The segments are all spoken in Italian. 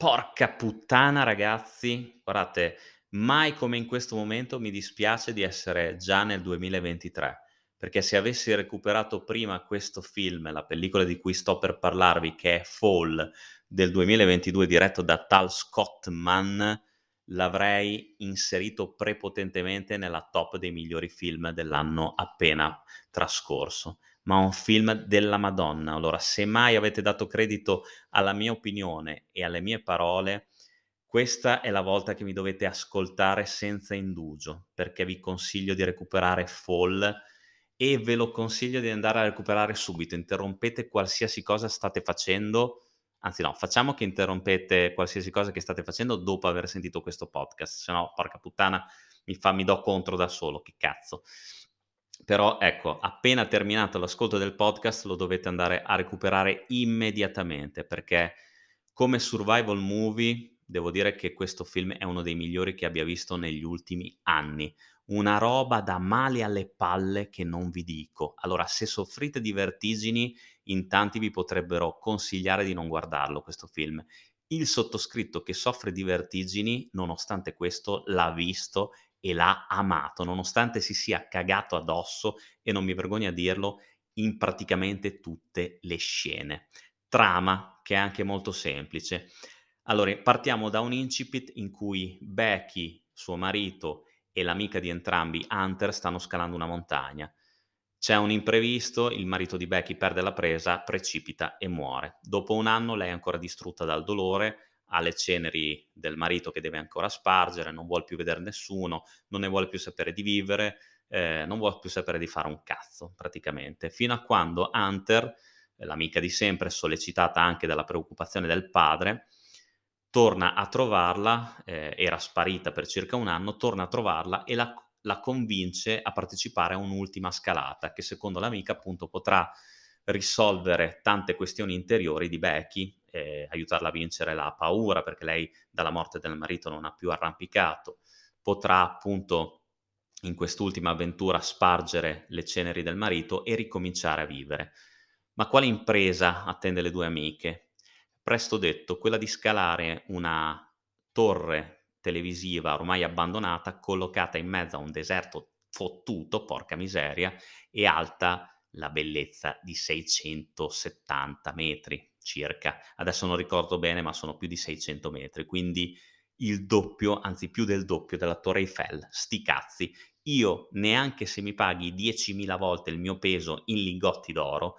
Porca puttana ragazzi, guardate, mai come in questo momento mi dispiace di essere già nel 2023, perché se avessi recuperato prima questo film, la pellicola di cui sto per parlarvi, che è Fall del 2022 diretto da tal Scott Mann, l'avrei inserito prepotentemente nella top dei migliori film dell'anno appena trascorso. Ma un film della Madonna. Allora, se mai avete dato credito alla mia opinione e alle mie parole, questa è la volta che mi dovete ascoltare senza indugio, perché vi consiglio di recuperare Fall e ve lo consiglio di andare a recuperare subito. Interrompete qualsiasi cosa state facendo, anzi no, facciamo che interrompete qualsiasi cosa che state facendo dopo aver sentito questo podcast, se no, porca puttana, mi do contro da solo, che cazzo. Però ecco, appena terminato l'ascolto del podcast lo dovete andare a recuperare immediatamente, perché come survival movie devo dire che questo film è uno dei migliori che abbia visto negli ultimi anni. Una roba da male alle palle che non vi dico. Allora, se soffrite di vertigini, in tanti vi potrebbero consigliare di non guardarlo questo film. Il sottoscritto che soffre di vertigini, nonostante questo, l'ha visto e l'ha amato, nonostante si sia cagato addosso, e non mi vergogno a dirlo, in praticamente tutte le scene. Trama che è anche molto semplice. Allora, partiamo da un incipit in cui Becky, suo marito e l'amica di entrambi, Hunter, stanno scalando una montagna. C'è un imprevisto, il marito di Becky perde la presa, precipita e muore. Dopo un anno lei è ancora distrutta dal dolore, ha le ceneri del marito che deve ancora spargere, non vuol più vedere nessuno, non ne vuole più sapere di vivere, non vuol più sapere di fare un cazzo praticamente, fino a quando Hunter, l'amica di sempre, sollecitata anche dalla preoccupazione del padre, torna a trovarla, era sparita per circa un anno, torna a trovarla e la convince a partecipare a un'ultima scalata che secondo l'amica appunto potrà risolvere tante questioni interiori di Becky, aiutarla a vincere la paura perché lei dalla morte del marito non ha più arrampicato, potrà appunto in quest'ultima avventura spargere le ceneri del marito e ricominciare a vivere. Ma quale impresa attende le 2 amiche? Presto detto, quella di scalare una torre televisiva ormai abbandonata, collocata in mezzo a un deserto fottuto, porca miseria, e alta la bellezza di 670 metri circa. Adesso non ricordo bene, ma sono più di 600 metri, quindi il doppio, anzi più del doppio della Torre Eiffel. Sti cazzi. Io, neanche se mi paghi 10.000 volte il mio peso in lingotti d'oro,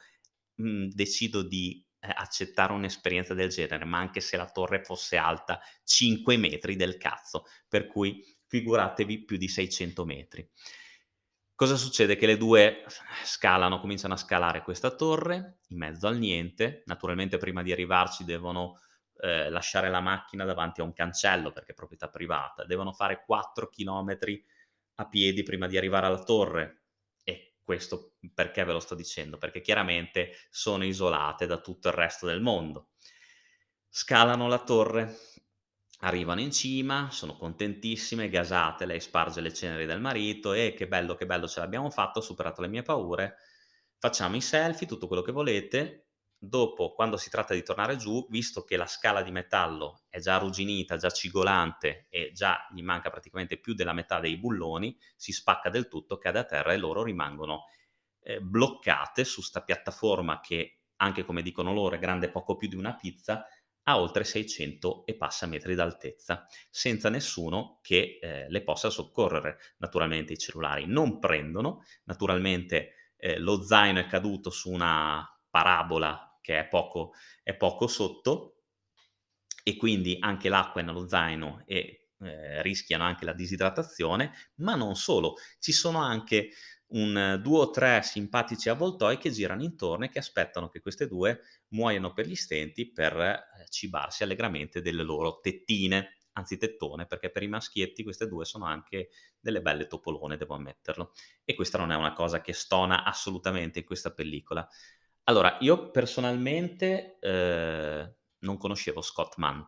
decido di, accettare un'esperienza del genere, ma anche se la torre fosse alta 5 metri del cazzo, per cui figuratevi più di 600 metri. Cosa succede? Che le 2 scalano, cominciano a scalare questa torre in mezzo al niente. Naturalmente prima di arrivarci devono, lasciare la macchina davanti a un cancello, perché è proprietà privata. Devono fare 4 chilometri a piedi prima di arrivare alla torre. E questo perché ve lo sto dicendo? Perché chiaramente sono isolate da tutto il resto del mondo. Scalano la torre, arrivano in cima, sono contentissime, gasate, lei sparge le ceneri del marito: che bello, ce l'abbiamo fatta, ho superato le mie paure, facciamo i selfie, tutto quello che volete". Dopo, quando si tratta di tornare giù, visto che la scala di metallo è già arrugginita, già cigolante e già gli manca praticamente più della metà dei bulloni, si spacca del tutto, cade a terra e loro rimangono, bloccate su 'sta piattaforma che, anche come dicono loro, è grande poco più di una pizza, a oltre 600 e passa metri d'altezza, senza nessuno che, le possa soccorrere. Naturalmente i cellulari non prendono, naturalmente, lo zaino è caduto su una parabola che è poco sotto, e quindi anche l'acqua è nello zaino e, rischiano anche la disidratazione, ma non solo, ci sono anche 2 o 3 simpatici avvoltoi che girano intorno e che aspettano che queste 2 muoiano per gli stenti per, cibarsi allegramente delle loro tettine, anzi tettone, perché per i maschietti queste 2 sono anche delle belle topolone, devo ammetterlo. E questa non è una cosa che stona assolutamente in questa pellicola. Allora, io personalmente, non conoscevo Scott Mann,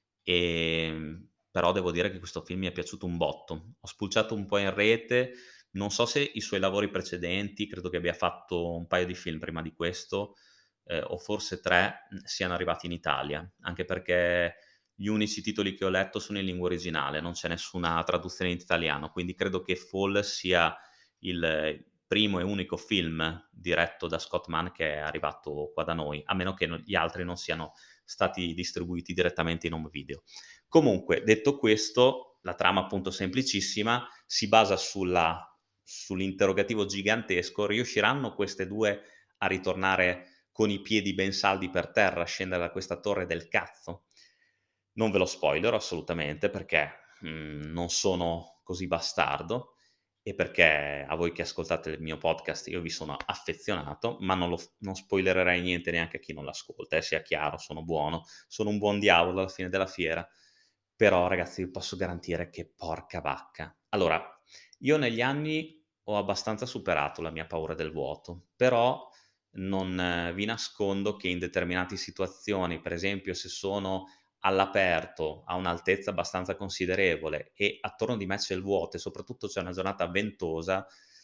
però devo dire che questo film mi è piaciuto un botto. Ho spulciato un po' in rete, non so se i suoi lavori precedenti, credo che abbia fatto un paio di film prima di questo, o forse 3, siano arrivati in Italia, anche perché gli unici titoli che ho letto sono in lingua originale, non c'è nessuna traduzione in italiano, quindi credo che Fall sia il primo e unico film diretto da Scott Mann che è arrivato qua da noi, a meno che gli altri non siano stati distribuiti direttamente in home video. Comunque, detto questo, la trama appunto semplicissima, si basa sull'interrogativo gigantesco: riusciranno queste 2 a ritornare con i piedi ben saldi per terra, a scendere da questa torre del cazzo? Non ve lo spoilero assolutamente perché, non sono così bastardo e perché a voi che ascoltate il mio podcast io vi sono affezionato, ma non spoilererei niente neanche a chi non l'ascolta, sia chiaro, sono un buon diavolo alla fine della fiera, però ragazzi vi posso garantire che porca vacca. Allora, io negli anni ho abbastanza superato la mia paura del vuoto, però non vi nascondo che in determinate situazioni, per esempio se sono all'aperto, a un'altezza abbastanza considerevole e attorno di me c'è il vuoto e soprattutto c'è una giornata ventosa,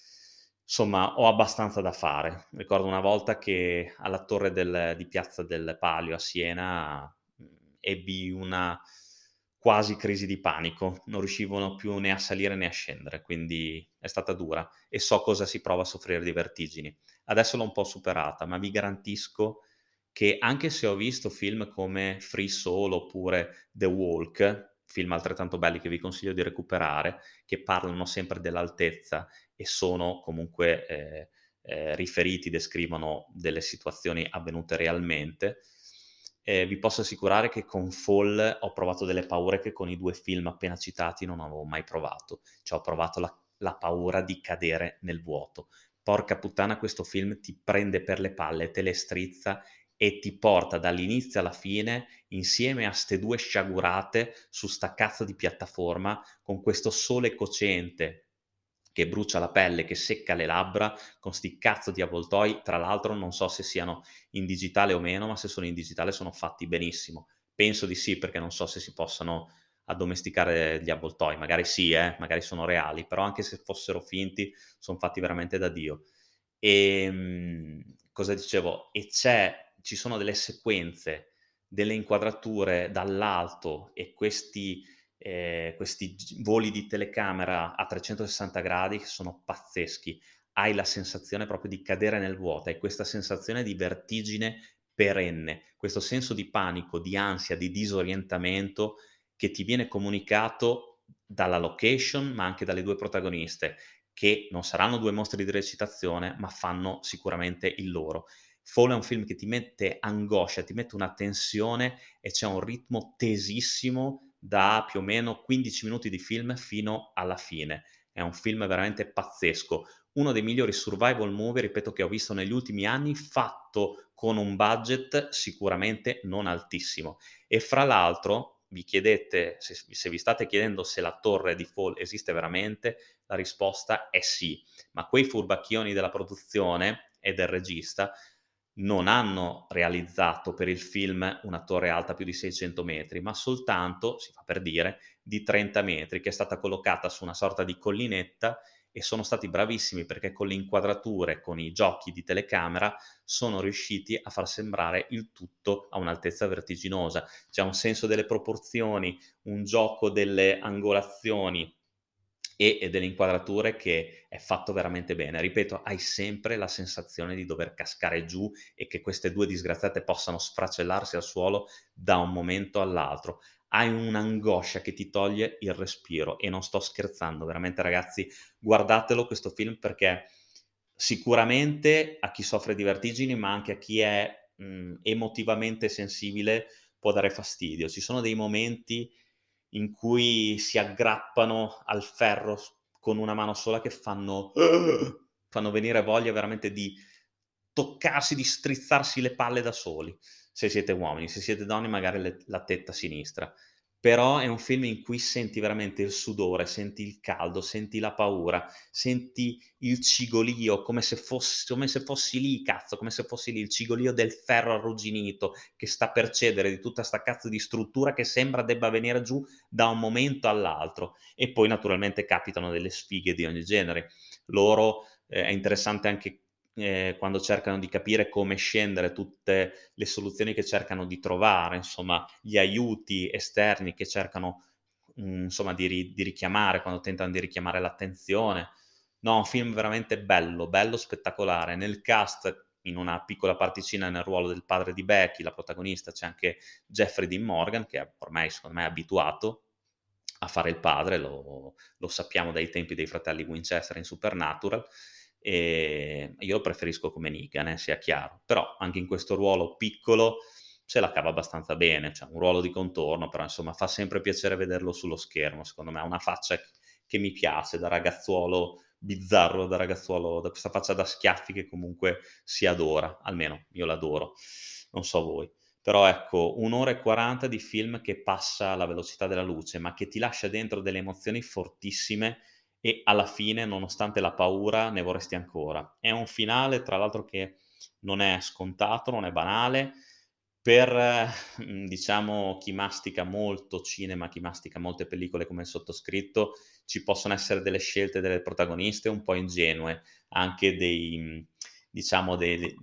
somma ho abbastanza da fare. Ricordo una volta che alla torre di Piazza del Palio a Siena, ebbi una quasi crisi di panico, non riuscivo più né a salire né a scendere, quindi è stata dura e so cosa si prova a soffrire di vertigini. Adesso l'ho un po' superata, ma vi garantisco che anche se ho visto film come Free Solo oppure The Walk, film altrettanto belli che vi consiglio di recuperare, che parlano sempre dell'altezza e sono comunque, riferiti, descrivono delle situazioni avvenute realmente, vi posso assicurare che con Fall ho provato delle paure che con i 2 film appena citati non avevo mai provato. Cioè ho provato la paura di cadere nel vuoto. Porca puttana, questo film ti prende per le palle, te le strizza e ti porta dall'inizio alla fine insieme a 'ste 2 sciagurate su 'sta cazzo di piattaforma, con questo sole cocente che brucia la pelle, che secca le labbra, con 'sti cazzo di avvoltoi. Tra l'altro non so se siano in digitale o meno, ma se sono in digitale sono fatti benissimo. Penso di sì, perché non so se si possano addomesticare gli avvoltoi, magari sì, magari sono reali, però anche se fossero finti son fatti veramente da Dio. Cosa dicevo? Ci sono delle sequenze, delle inquadrature dall'alto e questi voli di telecamera a 360 gradi che sono pazzeschi. Hai la sensazione proprio di cadere nel vuoto, hai questa sensazione di vertigine perenne, questo senso di panico, di ansia, di disorientamento che ti viene comunicato dalla location, ma anche dalle 2 protagoniste, che non saranno 2 mostri di recitazione, ma fanno sicuramente il loro. Fall è un film che ti mette angoscia, ti mette una tensione e c'è un ritmo tesissimo da più o meno 15 minuti di film fino alla fine. È un film veramente pazzesco. Uno dei migliori survival movie, ripeto, che ho visto negli ultimi anni, fatto con un budget sicuramente non altissimo. E fra l'altro vi chiedete se vi state chiedendo se la torre di Fall esiste veramente, la risposta è sì, ma quei furbacchioni della produzione e del regista non hanno realizzato per il film una torre alta più di 600 metri, ma soltanto, si fa per dire, di 30 metri, che è stata collocata su una sorta di collinetta e sono stati bravissimi perché con le inquadrature, con i giochi di telecamera, sono riusciti a far sembrare il tutto a un'altezza vertiginosa. C'è un senso delle proporzioni, un gioco delle angolazioni e delle inquadrature che è fatto veramente bene. Ripeto, hai sempre la sensazione di dover cascare giù e che queste 2 disgraziate possano sfracellarsi al suolo da un momento all'altro. Hai un'angoscia che ti toglie il respiro e non sto scherzando, veramente ragazzi, guardatelo questo film perché sicuramente a chi soffre di vertigini, ma anche a chi è, emotivamente sensibile può dare fastidio. Ci sono dei momenti in cui si aggrappano al ferro con una mano sola che fanno venire voglia veramente di toccarsi, di strizzarsi le palle da soli, se siete uomini. Se siete donne magari la tetta sinistra. Però è un film in cui senti veramente il sudore, senti il caldo, senti la paura, senti il cigolio come se fossi lì cazzo, come se fossi lì, il cigolio del ferro arrugginito che sta per cedere, di tutta 'sta cazzo di struttura che sembra debba venire giù da un momento all'altro. E poi naturalmente capitano delle sfighe di ogni genere. Loro è interessante anche quando cercano di capire come scendere, tutte le soluzioni che cercano di trovare, insomma, gli aiuti esterni che cercano, insomma di richiamare, quando tentano di richiamare l'attenzione. No, un film veramente bello, bello, spettacolare. Nel cast, in una piccola particina nel ruolo del padre di Becky, la protagonista, c'è anche Jeffrey Dean Morgan, che è ormai secondo me è abituato a fare il padre, lo sappiamo dai tempi dei fratelli Winchester in Supernatural, io lo preferisco come Negan, sia chiaro, però anche in questo ruolo piccolo se la cava abbastanza bene, cioè un ruolo di contorno, però insomma fa sempre piacere vederlo sullo schermo, secondo me ha una faccia che mi piace, da ragazzuolo bizzarro, da questa faccia da schiaffi che comunque si adora, almeno io l'adoro, non so voi. Però ecco, 1 ora e 40 di film che passa alla velocità della luce, ma che ti lascia dentro delle emozioni fortissime e alla fine, nonostante la paura, ne vorresti ancora. È un finale, tra l'altro, che non è scontato, non è banale. Per, diciamo, chi mastica molto cinema, chi mastica molte pellicole come il sottoscritto, ci possono essere delle scelte delle protagoniste un po' ingenue, anche diciamo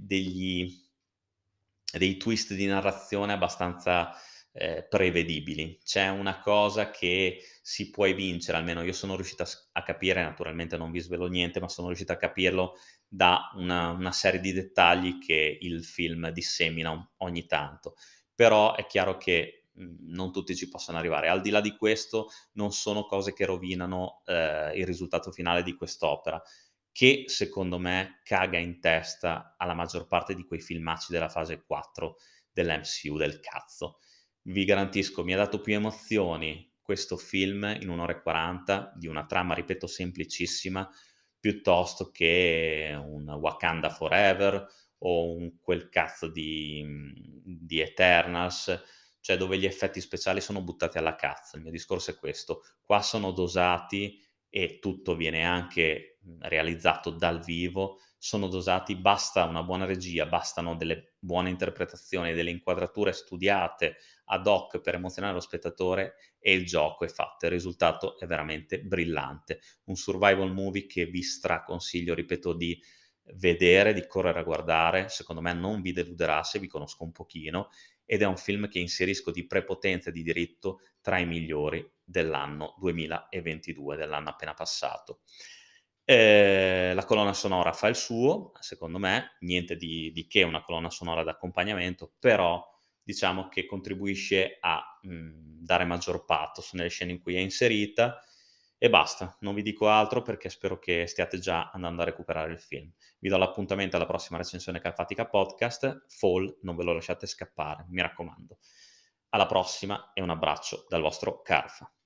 dei twist di narrazione abbastanza, prevedibili. C'è una cosa che si può evincere, almeno io sono riuscito a capire, naturalmente non vi svelo niente, ma sono riuscito a capirlo da una serie di dettagli che il film dissemina ogni tanto. Però è chiaro che, non tutti ci possono arrivare. Al di là di questo, non sono cose che rovinano, il risultato finale di quest'opera, che secondo me caga in testa alla maggior parte di quei filmacci della fase 4 dell'MCU del cazzo. Vi garantisco, mi ha dato più emozioni questo film in 1 ora e 40, di una trama, ripeto, semplicissima, piuttosto che un Wakanda Forever o un quel cazzo di Eternals, cioè dove gli effetti speciali sono buttati alla cazzo. Il mio discorso è questo: qua sono dosati e tutto viene anche, realizzato dal vivo, sono dosati, basta una buona regia, bastano delle buone interpretazioni, delle inquadrature studiate ad hoc per emozionare lo spettatore e il gioco è fatto. Il risultato è veramente brillante. Un survival movie che vi straconsiglio, ripeto, di vedere, di correre a guardare. Secondo me non vi deluderà se vi conosco un pochino, ed è un film che inserisco di prepotenza e di diritto tra i migliori dell'anno 2022, dell'anno appena passato. La colonna sonora fa il suo, secondo me, niente di che, una colonna sonora d'accompagnamento, però diciamo che contribuisce a, dare maggior pathos nelle scene in cui è inserita e basta. Non vi dico altro perché spero che stiate già andando a recuperare il film. Vi do l'appuntamento alla prossima recensione Calfatica Podcast. Fall, non ve lo lasciate scappare, mi raccomando. Alla prossima e un abbraccio dal vostro Carfa.